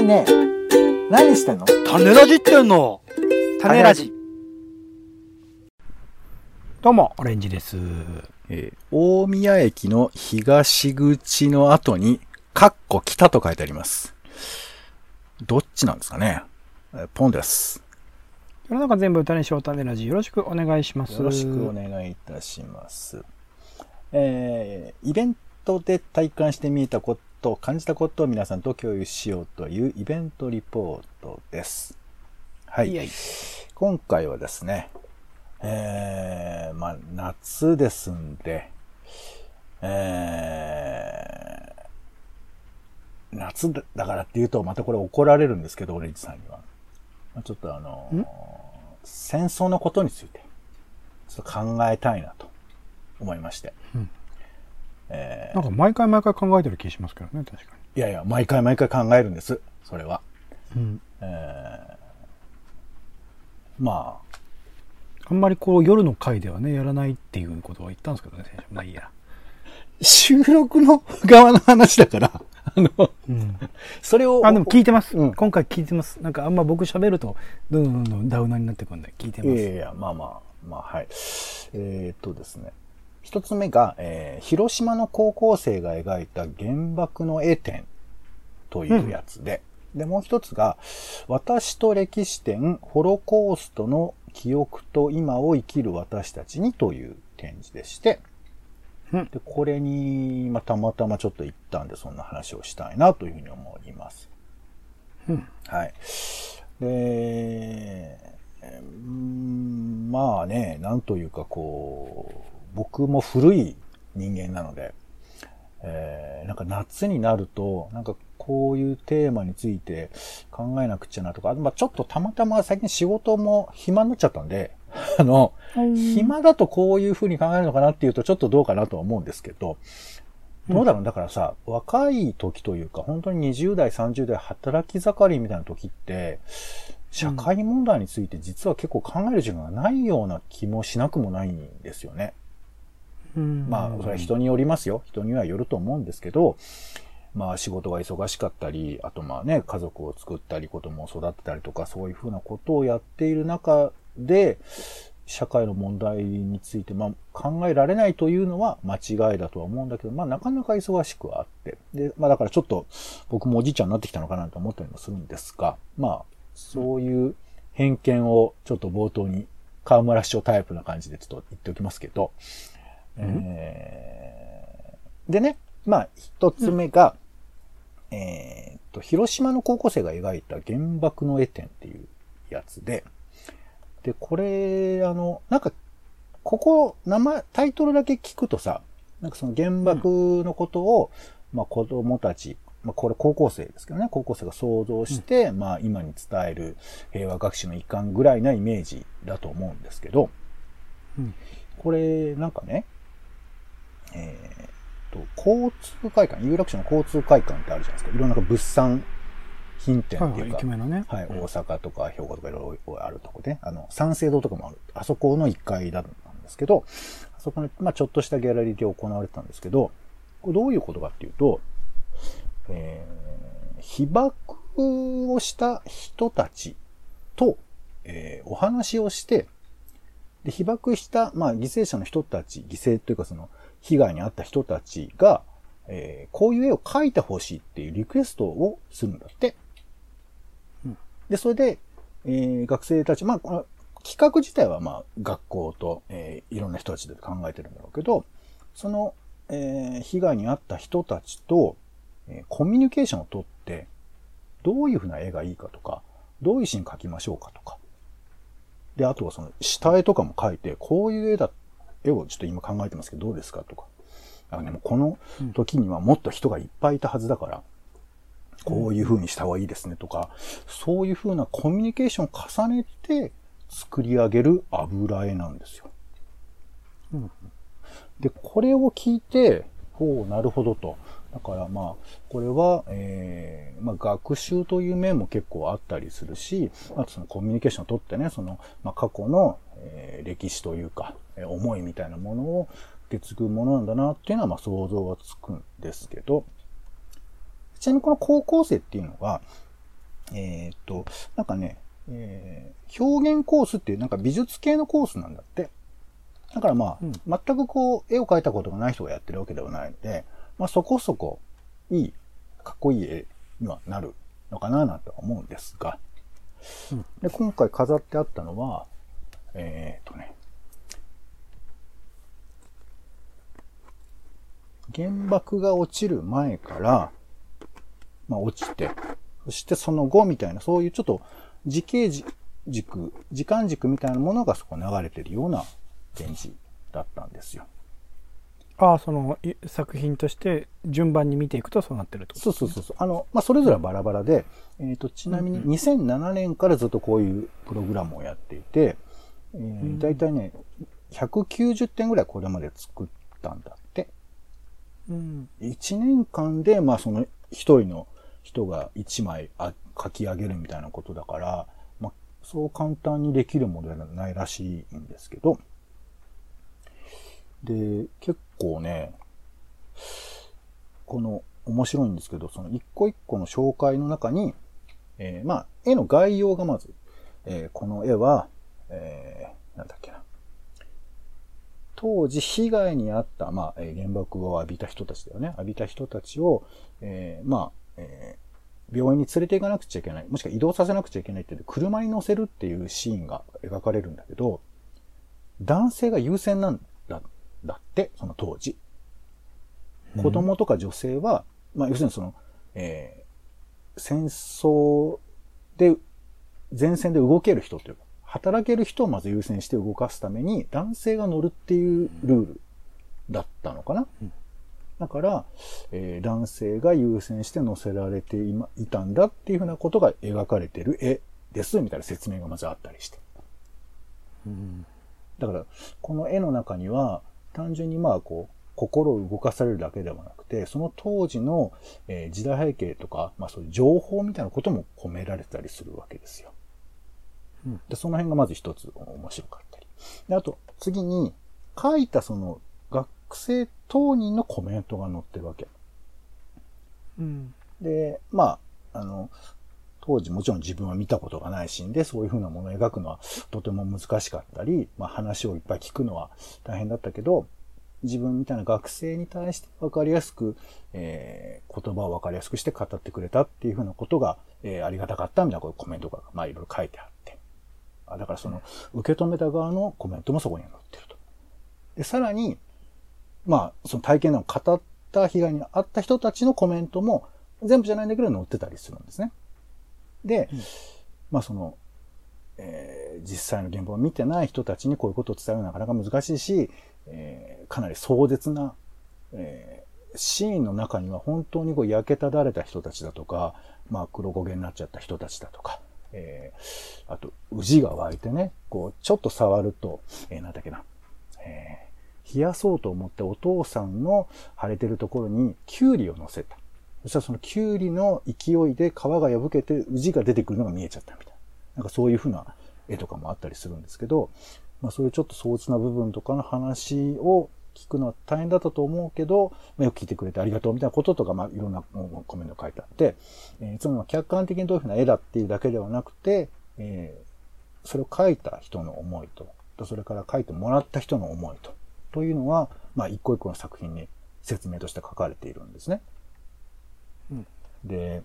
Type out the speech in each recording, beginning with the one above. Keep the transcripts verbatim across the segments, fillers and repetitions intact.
ねえ、何してんの？ 種ラジってんの。種ラジ。どうもオレンジです。 えー、大宮駅の東口の後にカッコ北と書いてあります。どっちなんですかね。えー、ポンです。 世の中全部種しよう種ラジ、よろしくお願いします。 よろしくお願いいたします。えー、イベントで体感してみたこと、感じたことを皆さんと共有しようというイベントリポートです。はい。いやいや今回はですね、えー、まあ、夏ですんで、えー、夏だからって言うとまたこれ怒られるんですけど、オレンジさんには。ちょっとあのー、戦争のことについて、ちょっと考えたいなと思いまして。うんえー、なんか毎回毎回考えてる気しますけどね、確かに。 いやいや、毎回毎回考えるんです、それは。うんえー、まあ。あんまりこう夜の回ではね、やらないっていうことは言ったんですけどね、先生。まあいいや。 収録の側の話だから、あの、うん、それを。 あ、でも聞いてます。うん、今回聞いてます。なんかあんま僕喋ると、どんどんどんどんダウナーになってくるんで、聞いてます。 いやいや、まあまあ、まあはい。えー、っとですね。一つ目が、えー、広島の高校生が描いた原爆の絵展というやつで、うん、で、もう一つが、私と歴史展、ホロコーストの記憶と今を生きる私たちにという展示でして、うん、でこれに、まあ、たまたまちょっと行ったんで、そんな話をしたいなというふうに思います。うん、はい。で、うん、まあね、なんというかこう、僕も古い人間なので、えー、なんか夏になると、なんかこういうテーマについて考えなくちゃなとか、まあちょっとたまたま最近仕事も暇になっちゃったんで、あの、暇だとこういう風に考えるのかなっていうとちょっとどうかなとは思うんですけど、どうだろう、だからさ、若い時というか、本当ににじゅう代、さんじゅう代働き盛りみたいな時って、社会問題について実は結構考える時間がないような気もしなくもないんですよね。まあ、それは人によりますよ。人にはよると思うんですけど、まあ仕事が忙しかったり、あとまあね、家族を作ったり、子供を育てたりとか、そういうふうなことをやっている中で、社会の問題について、まあ考えられないというのは間違いだとは思うんだけど、まあなかなか忙しくはあって。で、まあだからちょっと僕もおじいちゃんになってきたのかなと思ったりもするんですが、まあそういう偏見をちょっと冒頭に河村市長タイプな感じでちょっと言っておきますけど、えー、でね、まあ、一つ目が、うん、えー、っと、広島の高校生が描いた原爆の絵展っていうやつで、で、これ、あの、なんか、ここ、名前、タイトルだけ聞くとさ、なんかその原爆のことを、うん、まあ子供たち、まあこれ高校生ですけどね、高校生が想像して、うん、まあ今に伝える平和学習の一環ぐらいなイメージだと思うんですけど、うん、これ、なんかね、えー、と、交通会館、有楽町の交通会館ってあるじゃないですか。いろんな物産品店っていうか、はい、ね、はい、大阪とか兵庫とかいろいろあるとこで、あの、三省堂とかもある。あそこのいっかいだったんですけど、あそこの、まあちょっとしたギャラリーで行われてたんですけど、これどういうことかっていうと、えー、被爆をした人たちと、えー、お話をして、で、被爆した、まあ犠牲者の人たち、犠牲というかその、被害に遭った人たちが、えー、こういう絵を描いてほしいっていうリクエストをするんだって。うん、で、それで、えー、学生たち、まあ、この企画自体はまあ、学校と、えー、いろんな人たちで考えてるんだろうけど、その、えー、被害に遭った人たちと、えー、コミュニケーションをとって、どういうふうな絵がいいかとか、どういうシーン描きましょうかとか。で、あとはその、下絵とかも描いて、こういう絵だ絵をちょっと今考えてますけどどうですかとか。あでもこの時にはもっと人がいっぱいいたはずだから、こういう風にした方がいいですねとか、そういう風なコミュニケーションを重ねて作り上げる油絵なんですよ。うん、で、これを聞いて、おー、なるほどと。だからまあ、これは、えー、まあ学習という面も結構あったりするし、あとそのコミュニケーションをとってね、その、まあ過去の、えー、歴史というか、えー、思いみたいなものを受け継ぐものなんだなっていうのはまあ想像がつくんですけど、ちなみにこの高校生っていうのが、 えーっと、なんかね、えー表現コースっていうなんか美術系のコースなんだって。だからまあ、 うん。 全くこう、絵を描いたことがない人がやってるわけではないので、まあそこそこいい、かっこいい絵にはなるのかななんて思うんですが、 うん。 で、今回飾ってあったのは、えーっとね、原爆が落ちる前から、まあ落ちて、そしてその後みたいな、そういうちょっと時系軸、時間軸みたいなものがそこ流れてるような展示だったんですよ。 ああ、そのい作品として順番に見ていくとそうなってるってことですね。 そうそうそうそう。あの、まあ、それぞれはバラバラで、えっと、ちなみにうんうんにせんななねんからずっとこういうプログラムをやっていて、えうー、 んだいたいね、ひゃくきゅうじゅってんぐらいこれまで作ったんだって。 うん。 いちねんかんで、まあ、その一人の人がいちまいあ書き上げるみたいなことだから、まあ、そう簡単にできるものではないらしいんですけど、で、結構ね、この面白いんですけど、その一個一個の紹介の中に、えー、まあ、絵の概要がまず、えー、この絵は、えー、なんだっけな。当時被害に遭った、まあ、えー、原爆を浴びた人たちだよね。浴びた人たちを、えー、まあ、えー、病院に連れて行かなくちゃいけない。もしくは移動させなくちゃいけないって言って、車に乗せるっていうシーンが描かれるんだけど、男性が優先なんだ、だって、その当時。子供とか女性は、まあ、要するにその、えー、戦争で、前線で動ける人というか、働ける人をまず優先して動かすために、男性が乗るっていうルールだったのかな。 うん、 だから、えー、男性が優先して乗せられてい、ま、いたんだっていうふうなことが描かれてる絵です、みたいな説明がまずあったりして。 うん、 だから、この絵の中には、単純にまあ、こう、心を動かされるだけではなくて、その当時の、えー、時代背景とか、まあそういう情報みたいなことも込められたりするわけですよ。 うん、 で、その辺がまず一つ面白かったり。で、あと、次に、書いたその学生当人のコメントが載ってるわけ。 うん、 で、まあ、あの、当時もちろん自分は見たことがないシーンでそういう風なものを描くのはとても難しかったり、まあ話をいっぱい聞くのは大変だったけど、自分みたいな学生に対して分かりやすく、えー、言葉を分かりやすくして語ってくれたっていう風なことが、えー、ありがたかったみたいなこういうコメントが、まあいろいろ書いてあって。あだからその、受け止めた側のコメントもそこに載ってると。で、さらに、まあ、その体験談を語った被害に遭った人たちのコメントも全部じゃないんだけど載ってたりするんですね。で、うん、まあその、えー、実際の現場を見てない人たちにこういうことを伝えるのはなかなか難しいし、えー、かなり壮絶な、えー、シーンの中には本当にこう焼けただれた人たちだとか、まあ黒焦げになっちゃった人たちだとか、えー、あと、宇治が湧いてね、こう、ちょっと触ると、えー、なんだっけな、えー、冷やそうと思ってお父さんの腫れてるところにキュウリを乗せた。そしたらそのキュウリの勢いで皮が破けて宇治が出てくるのが見えちゃったみたいな。なんかそういう風な絵とかもあったりするんですけど、まあそういうちょっと壮絶な部分とかの話を聞くのは大変だったと思うけど、まあ、よく聞いてくれてありがとうみたいなこととか、まあいろんなコメントが書いてあって、えー、つまり客観的にどういう風な絵だっていうだけではなくて、えー、それを描いた人の思いと、それから描いてもらった人の思いと、というのは、まあ一個一個の作品に説明として書かれているんですね。 うん、 で、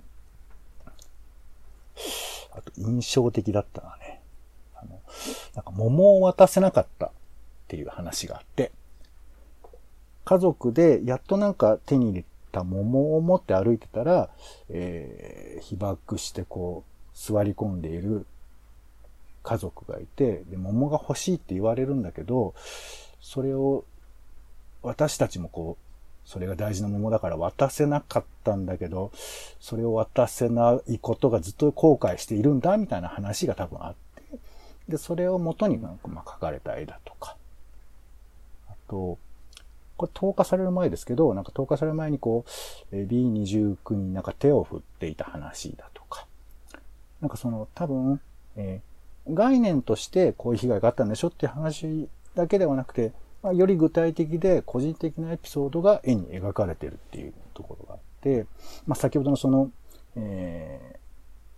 あと印象的だったのはね、あの、なんか桃を渡せなかったっていう話があって、家族でやっとなんか手に入れた桃を持って歩いてたら、えー、被爆してこう座り込んでいる家族がいて、で、桃が欲しいって言われるんだけど、それを私たちもこう、それが大事な桃だから渡せなかったんだけど、それを渡せないことがずっと後悔しているんだみたいな話が多分あって、で、それを元になんかまあ描かれた絵だとか、あと、これ投下される前ですけど、なんか投下される前にこう、ビーにじゅうきゅう になんか手を振っていた話だとか、なんかその多分、えー、概念としてこういう被害があったんでしょっていう話だけではなくて、まあ、より具体的で個人的なエピソードが絵に描かれているっていうところがあって、まあ、先ほどのその、えー、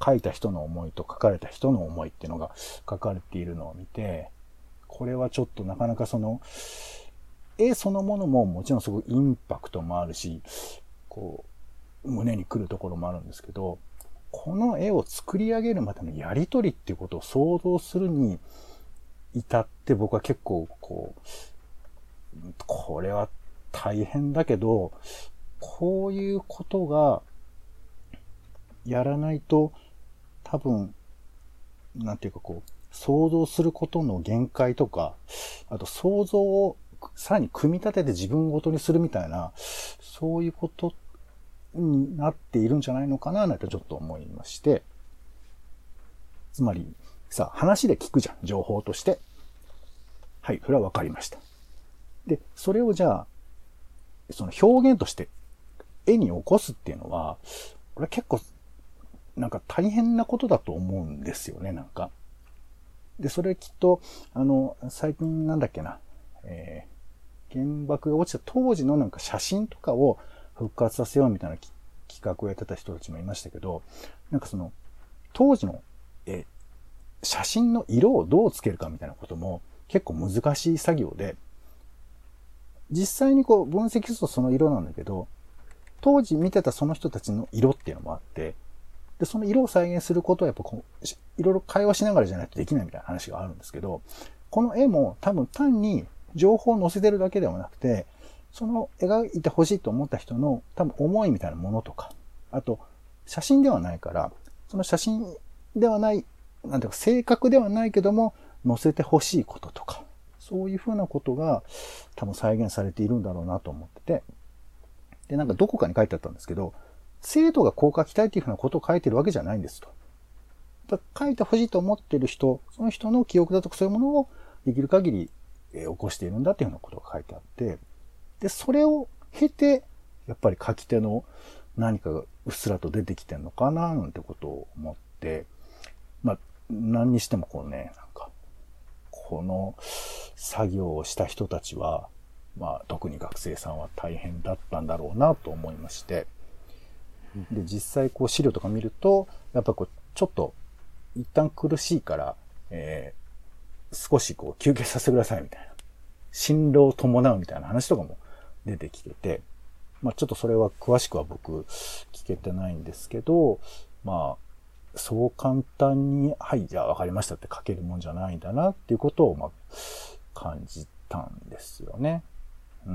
書いた人の思いと書かれた人の思いっていうのが書かれているのを見て、これはちょっとなかなかその、絵そのものももちろんすごいインパクトもあるし、こう、胸に来るところもあるんですけど、この絵を作り上げるまでのやりとりっていうことを想像するに至って僕は結構こう、これは大変だけど、こういうことがやらないと多分、なんていうかこう、想像することの限界とか、あと想像をさらに組み立てて自分ごとにするみたいな、そういうことになっているんじゃないのかななんてちょっと思いまして。つまり、さ、話で聞くじゃん、情報として。はい、それはわかりました。で、それをじゃあ、その表現として絵に起こすっていうのは、これ結構、なんか大変なことだと思うんですよね、なんか。で、それきっと、あの、最近なんだっけな、えー、原爆が落ちた当時のなんか写真とかを復活させようみたいな企画をやってた人たちもいましたけど、なんかその、当時の、えー、写真の色をどうつけるかみたいなことも結構難しい作業で、実際にこう分析するとその色なんだけど、当時見てたその人たちの色っていうのもあって、で、その色を再現することはやっぱこう、いろいろ会話しながらじゃないとできないみたいな話があるんですけど、この絵も多分単に情報を載せてるだけではなくて、その描いてほしいと思った人の多分思いみたいなものとか、あと写真ではないから、その写真ではない、なんていうか正確ではないけども載せてほしいこととか、そういうふうなことが多分再現されているんだろうなと思ってて、で、なんかどこかに書いてあったんですけど、生徒がこう書きたいというふうなことを書いてるわけじゃないんですと。だ書いてほしいと思ってる人、その人の記憶だとかそういうものをできる限り、えー、起こしているんだっていうようなことが書いてあって、で、それを経て、やっぱり書き手の何かがうっすらと出てきてるのかななんてことを思って、まあ、何にしてもこうね、なんか、この作業をした人たちは、まあ、特に学生さんは大変だったんだろうなと思いまして、で、実際こう資料とか見ると、やっぱこう、ちょっと、一旦苦しいから、えー、少しこう休憩させてくださいみたいな。辛労を伴うみたいな話とかも出てきてて、まあちょっとそれは詳しくは僕聞けてないんですけど、まあ、そう簡単に、はい、じゃあ分かりましたって書けるもんじゃないんだなっていうことを、まあ、感じたんですよね。うん。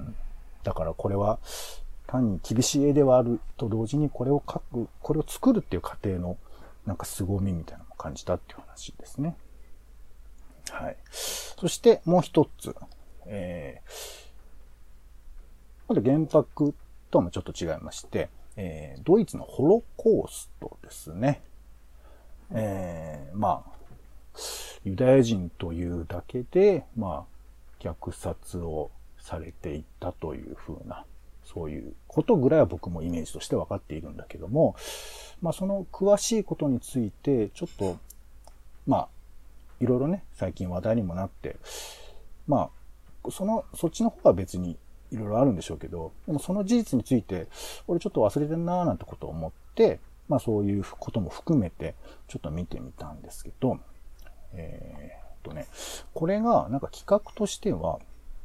だからこれは、単に厳しい絵ではあると同時にこれを書く、これを作るっていう過程のなんか凄みみたいなのを感じたっていう話ですね。はい。そしてもう一つ、えー、まだ原爆ともちょっと違いまして、えー、ドイツのホロコーストですね。えー、まあ、ユダヤ人というだけで、まあ、虐殺をされていったというふうな、そういうことぐらいは僕もイメージとして分かっているんだけども、まあその詳しいことについて、ちょっと、まあ、いろいろね、最近話題にもなって、まあ、その、そっちの方は別にいろいろあるんでしょうけど、でもその事実について、俺ちょっと忘れてんなーなんてことを思って、まあそういうことも含めて、ちょっと見てみたんですけど、えー、っとね、これがなんか企画としては、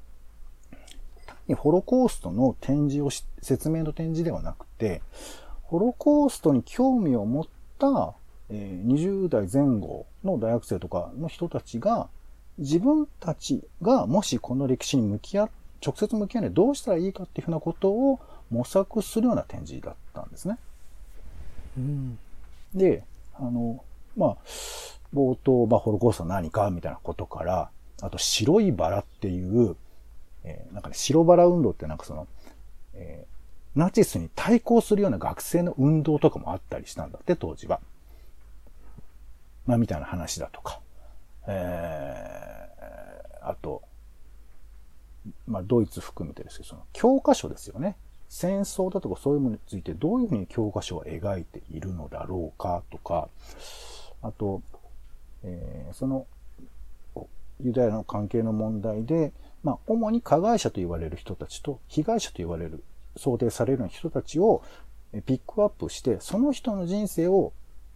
ホロコーストの展示をし、説明の展示ではなくて、ホロコーストに興味を持った、えー、にじゅう代前後の大学生とかの人たちが、自分たちがもしこの歴史に向き合、直接向き合うにはどうしたらいいかっていうふうなことを模索するような展示だったんですね。 うん、 で、あの、まあ、冒頭、まあ、ホロコーストは何かみたいなことから、あと白いバラっていう、えー、なんかね、白バラ運動ってなんかその、えー、ナチスに対抗するような学生の運動とかもあったりしたんだって、当時は。まあ、みたいな話だとか。えー、あと、まあ、ドイツ含めてですけど、その教科書ですよね。戦争だとかそういうものについてどういうふうに教科書は描いているのだろうかとか、あと、えー、その、ユダヤの関係の問題で、まあ、主に加害者と言われる人たちと被害者と言われる、想定されるような人たちをピックアップして、その人の人生を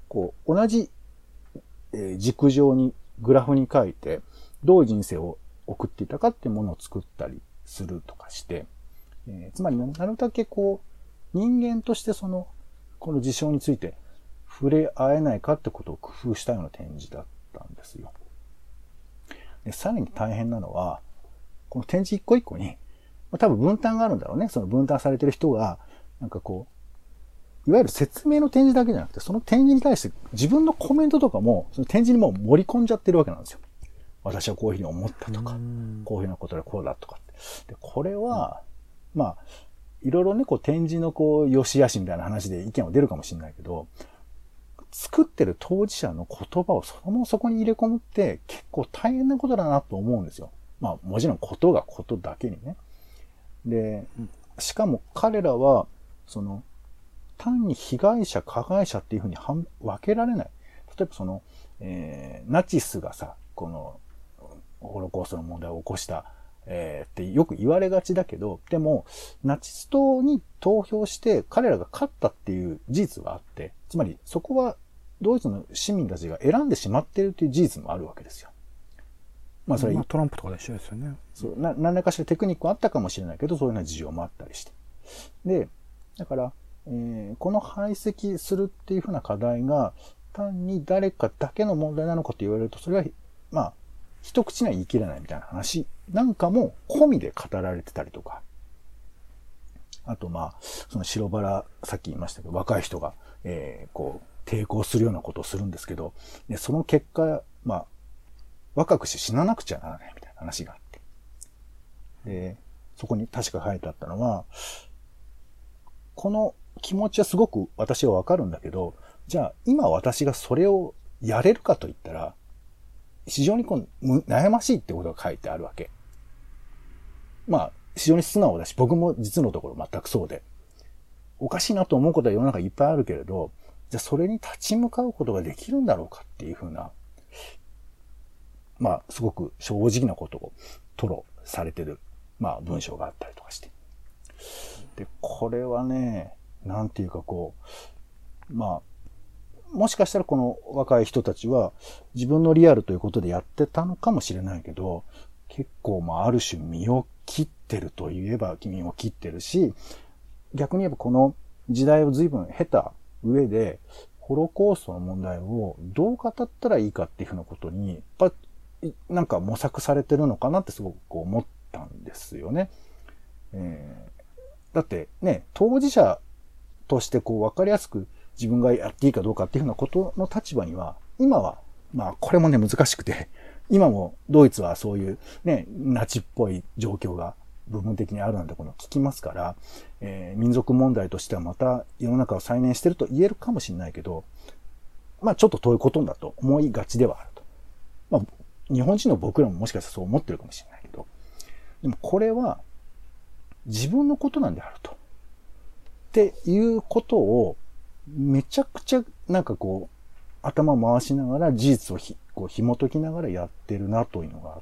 こう、同じ、えー軸上に、グラフに書いて、どういう人生を送っていたかっていうものを作ったりするとかして、えーつまりなるだけこう、人間としてその、この事象について触れ合えないかってことを工夫したような展示だったんですよ。で、さらに大変なのは、この展示一個一個に、まあ、多分分担があるんだろうね。その分担されてる人が、なんかこう、いわゆる説明の展示だけじゃなくて、その展示に対して自分のコメントとかも、その展示にもう盛り込んじゃってるわけなんですよ。私はこういうふうに思ったとか、こういうふうなことでこうだとかって。で、これは、まあ、いろいろね、こう展示のこう、良し悪しみたいな話で意見は出るかもしれないけど、作ってる当事者の言葉をそのままそこに入れ込むって結構大変なことだなと思うんですよ。まあもちろんことがことだけにね。で、しかも彼らは、その、単に被害者、加害者っていうふうに分けられない。例えばその、えー、ナチスがさ、この、ホロコーストの問題を起こした、えー、ってよく言われがちだけど、でも、ナチス党に投票して彼らが勝ったっていう事実があって、つまりそこはドイツの市民たちが選んでしまっているという事実もあるわけですよ。まあそれ、まあ、 トランプとかで一緒ですよね。 そうな何らかしらテクニックはあったかもしれないけど、そういうような事情もあったりして。で、だから、えー、この排斥するっていうふうな課題が単に誰かだけの問題なのかと言われると、それは、まあ、一口には言い切れないみたいな話なんかも込みで語られてたりとか。あと、まあ、その白バラ、さっき言いましたけど、若い人が、えー、こう、抵抗するようなことをするんですけど、でその結果、まあ、若くして死ななくちゃならないみたいな話があって。で、そこに確か書いてあったのは、この気持ちはすごく私はわかるんだけど、じゃあ今私がそれをやれるかと言ったら、非常にこう悩ましいってことが書いてあるわけ。まあ、非常に素直だし、僕も実のところ全くそうで。おかしいなと思うことは世の中いっぱいあるけれど、じゃあそれに立ち向かうことができるんだろうかっていうふうな、まあ、すごく正直なことを吐露されてる、まあ、文章があったりとかして。で、これはね、なんていうかこう、まあ、もしかしたらこの若い人たちは自分のリアルということでやってたのかもしれないけど、結構まあある種身を切ってるといえば身を切ってるし、逆に言えばこの時代を随分経た上で、ホロコーストの問題をどう語ったらいいかっていうふうなことに、やっぱなんか模索されてるのかなってすごく思ったんですよね。えー、だってね、当事者としてこう分かりやすく自分がやっていいかどうかっていうふうなことの立場には、今は、まあこれもね難しくて、今もドイツはそういうね、ナチっぽい状況が部分的にあるなんてことを聞きますから、えー、民族問題としてはまた世の中を再燃してると言えるかもしれないけど、まあちょっと遠いことだと思いがちではあると。まあ日本人の僕らももしかしたらそう思ってるかもしれないけど、でもこれは自分のことなんであると。っていうことをめちゃくちゃなんかこう頭を回しながら事実をひこう紐解きながらやってるなというのがあって、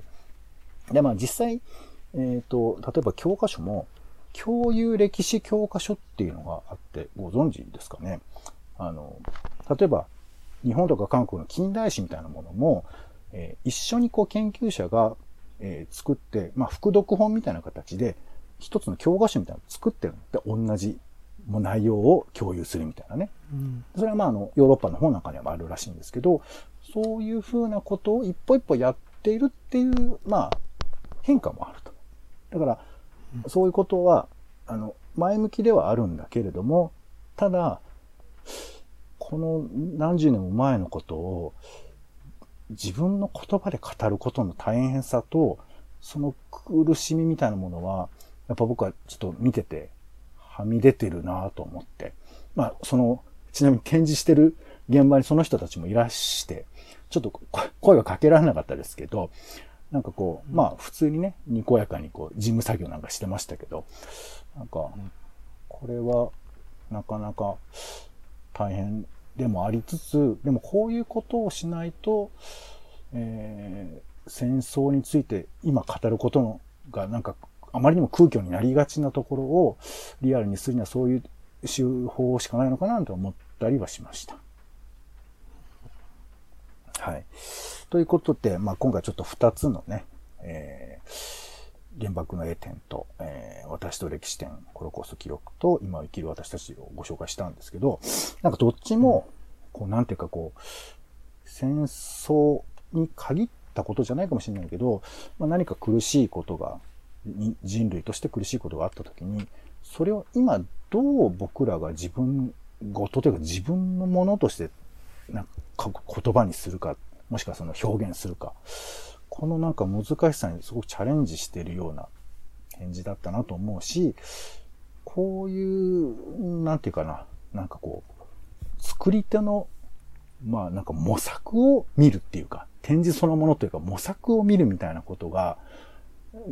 でまあ実際、えっと、例えば教科書も共有歴史教科書っていうのがあってご存知ですかね。あの、例えば日本とか韓国の近代史みたいなものも、えー、一緒にこう研究者が、えー、作って、まあ副読本みたいな形で一つの教科書みたいなのを作ってるので、同じもう内容を共有するみたいなね。うん、それはまああのヨーロッパの本なんかにはあるらしいんですけど、そういうふうなことを一歩一歩やっているっていうまあ変化もあると。だからそういうことはあの前向きではあるんだけれども、ただこの何十年も前のことを自分の言葉で語ることの大変さとその苦しみみたいなものはやっぱ僕はちょっと見ててはみ出てるなと思って、まあそのちなみに展示してる現場にその人たちもいらして、ちょっと声がかけられなかったですけど、なんかこうまあ普通にねにこやかにこう事務作業なんかしてましたけど、なんかこれはなかなか大変でもありつつ、でもこういうことをしないと、えー、戦争について今語ることのがなんかあまりにも空虚になりがちなところをリアルにするにはそういう手法しかないのかなと思ったりはしました。 はい。ということで、まあ、今回ちょっとふたつのね、えー、原爆の絵展と、えー、私と歴史展、ホロコースト記録と、今を生きる私たちをご紹介したんですけど、なんかどっちも、こう、なんていうかこう、戦争に限ったことじゃないかもしれないけど、まあ、何か苦しいことが、人類として苦しいことがあったときに、それを今どう僕らが自分事というか自分のものとしてなんか言葉にするか、もしくはその表現するか、このなんか難しさにすごくチャレンジしているような展示だったなと思うし、こういう、なんていうかな、なんかこう、作り手の、まあなんか模索を見るっていうか、展示そのものというか模索を見るみたいなことが、うん、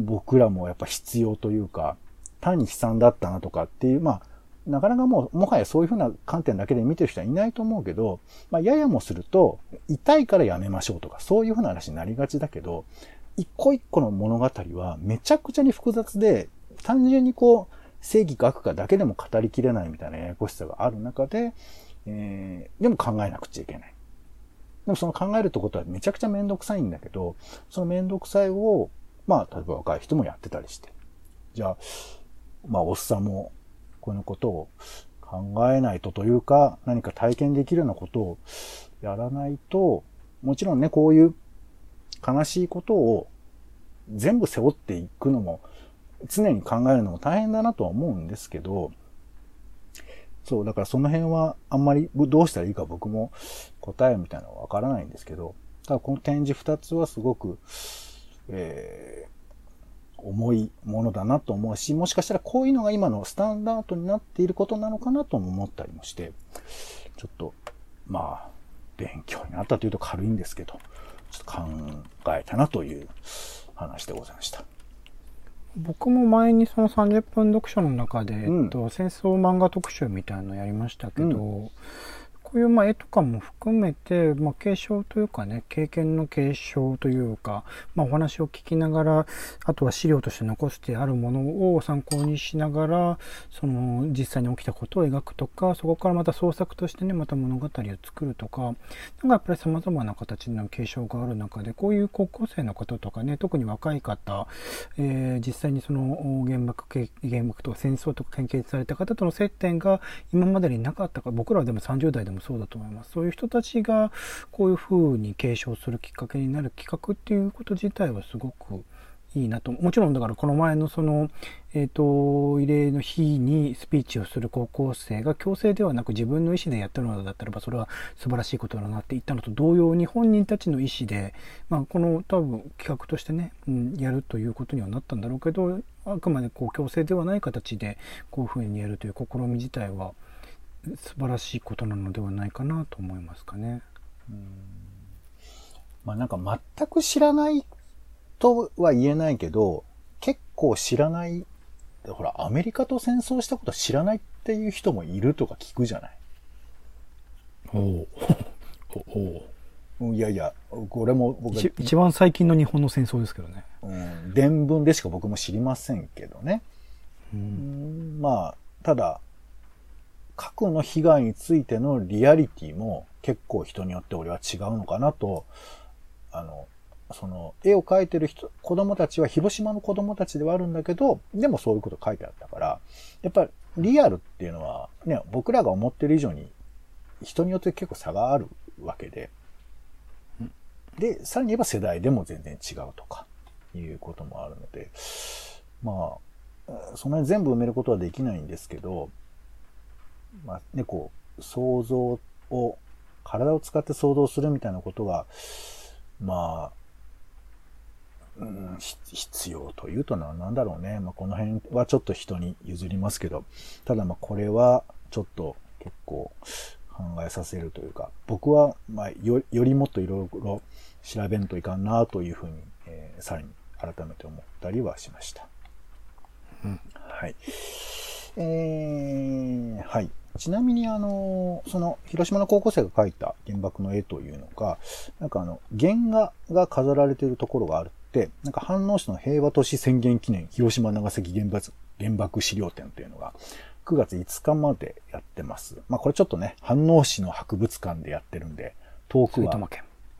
僕らもやっぱ必要というか、単に悲惨だったなとかっていう、まあ、なかなかもう、もはやそういうふうな観点だけで見てる人はいないと思うけど、まあ、ややもすると、痛いからやめましょうとか、そういうふうな話になりがちだけど、一個一個の物語はめちゃくちゃに複雑で、単純にこう、正義か悪かだけでも語りきれないみたいなややこしさがある中で、えー、でも考えなくちゃいけない。でもその考えるってことはめちゃくちゃめんどくさいんだけど、そのめんどくさいを、まあ、例えば若い人もやってたりして。じゃあ、まあ、おっさんも、このことを考えないとというか、何か体験できるようなことをやらないと、もちろんね、こういう悲しいことを全部背負っていくのも、常に考えるのも大変だなとは思うんですけど、そう、だからその辺はあんまりどうしたらいいか僕も答えみたいなのはわからないんですけど、ただこの展示二つはすごく、えー重いものだなと思うし、もしかしたらこういうのが今のスタンダードになっていることなのかなとも思ったりもして、ちょっと、まあ、勉強になったというと軽いんですけど、ちょっと考えたなという話でございました。 僕も前にそのさんじゅっぷん読書の中で、 うん、 えっと、戦争漫画特集みたいなのやりましたけど、 うん、 こういうまあ絵とかも含めて、まあ、継承というかね、経験の継承というか、まあ、お話を聞きながら、あとは資料として残してあるものを参考にしながら、その実際に起きたことを描くとか、そこからまた創作としてね、また物語を作るとか、なんかやっぱり様々な形の継承がある中で、こういう高校生の方とかね、特に若い方、えー、実際にその原爆、原爆とか戦争とか研究された方との接点が今までになかったか、僕らはでもさんじゅう代でもそうだと思います。そういう人たちがこういう風に継承するきっかけになる企画っていうこと自体はすごくいいなと。もちろんだからこの前のその、えっと、慰霊の日にスピーチをする高校生が強制ではなく自分の意思でやったのだったらばそれは素晴らしいことだなって言ったのと同様に本人たちの意思で、まあ、この多分企画としてね、うん、やるということにはなったんだろうけど、あくまでこう強制ではない形でこういう風にやるという試み自体は素晴らしいことなのではないかなと思いますかね。 うん、まあなんか全く知らないとは言えないけど、結構知らない、ほら、アメリカと戦争したこと知らないっていう人もいるとか聞くじゃない。 おお。おお。いやいや、これも僕一一番最近の日本の戦争ですけどね。 うん、伝聞でしか僕も知りませんけどね。 うん、 うん、まあ、ただ、核の被害についてのリアリティも結構人によって俺は違うのかなと、あの、その絵を描いてる人、子供たちは広島の子供たちではあるんだけど、でもそういうこと書いてあったから、やっぱりリアルっていうのはね、僕らが思ってる以上に人によって結構差があるわけで、で、さらに言えば世代でも全然違うとかいうこともあるので、まあ、そんなに全部埋めることはできないんですけど、まあね、こう、想像を、体を使って想像するみたいなことが、まあ、うん、必要というとなんだろうね。まあ、この辺はちょっと人に譲りますけど、ただまあこれはちょっと結構考えさせるというか、僕はまあ よ, よりもっといろいろ調べんといかんなというふうに、えー、さらに改めて思ったりはしました。 うん、 はい。えー、はい。ちなみにあの、その、広島の高校生が描いた原爆の絵というのが、なんかあの、原画が飾られているところがあるって、なんか飯能市の平和都市宣言記念広島長崎原爆、原爆資料展というのがくがついつかまでやってます。まあこれちょっとね、飯能市の博物館でやってるんで、遠くは、 埼玉県。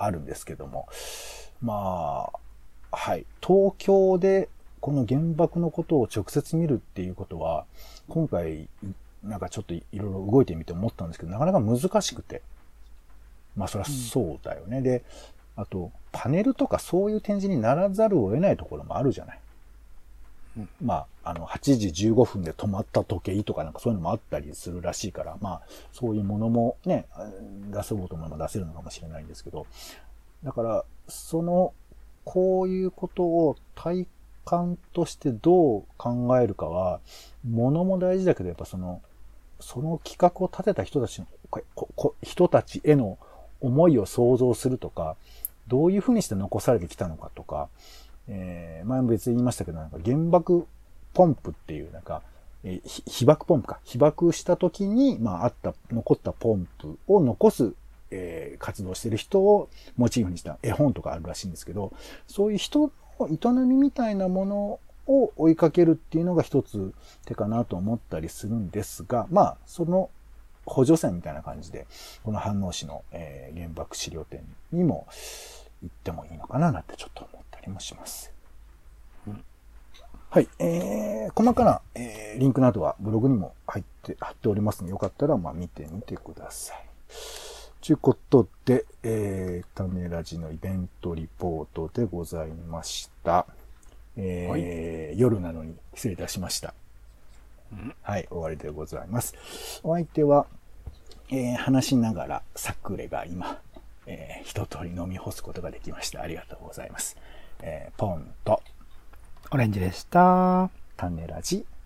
あるんですけども、まあ、はい。東京でこの原爆のことを直接見るっていうことは、今回、なんかちょっといろいろ動いてみて思ったんですけど、なかなか難しくて。まあそりゃそうだよね。うん、で、あと、パネルとかそういう展示にならざるを得ないところもあるじゃない。うん、まあ、あの、はちじじゅうごふんで止まった時計とかなんかそういうのもあったりするらしいから、まあ、そういうものもね、出そうと思えば出せるのかもしれないんですけど、だから、その、こういうことを体感としてどう考えるかは、ものも大事だけど、やっぱその、その企画を立てた人たちの、ここ人たちへの思いを想像するとか、どういうふうにして残されてきたのかとか、えー、前も別に言いましたけど、なんか原爆ポンプっていう、なんか、えー、被爆ポンプか。被爆した時に、まあ、あった、残ったポンプを残す、えー、活動してる人をモチーフにした絵本とかあるらしいんですけど、そういう人の営みみたいなものを追いかけるっていうのが一つ手かなと思ったりするんですが、まあ、その補助線みたいな感じで、この飯能市の、えー、原爆資料展にも行ってもいいのかななんてちょっと思ったりもします。うん、はい。えー、細かな、えー、リンクなどはブログにも入って、貼っておりますので、よかったらまあ見てみてください。ということで、えー、種ラジのイベントリポートでございました。えーはい、夜なのに失礼いたしました。うん、はい、終わりでございます。お相手は、えー、話しながらサクレが今、えー、一通り飲み干すことができました。ありがとうございます。えー、ポンとオレンジでした。 種ラジ。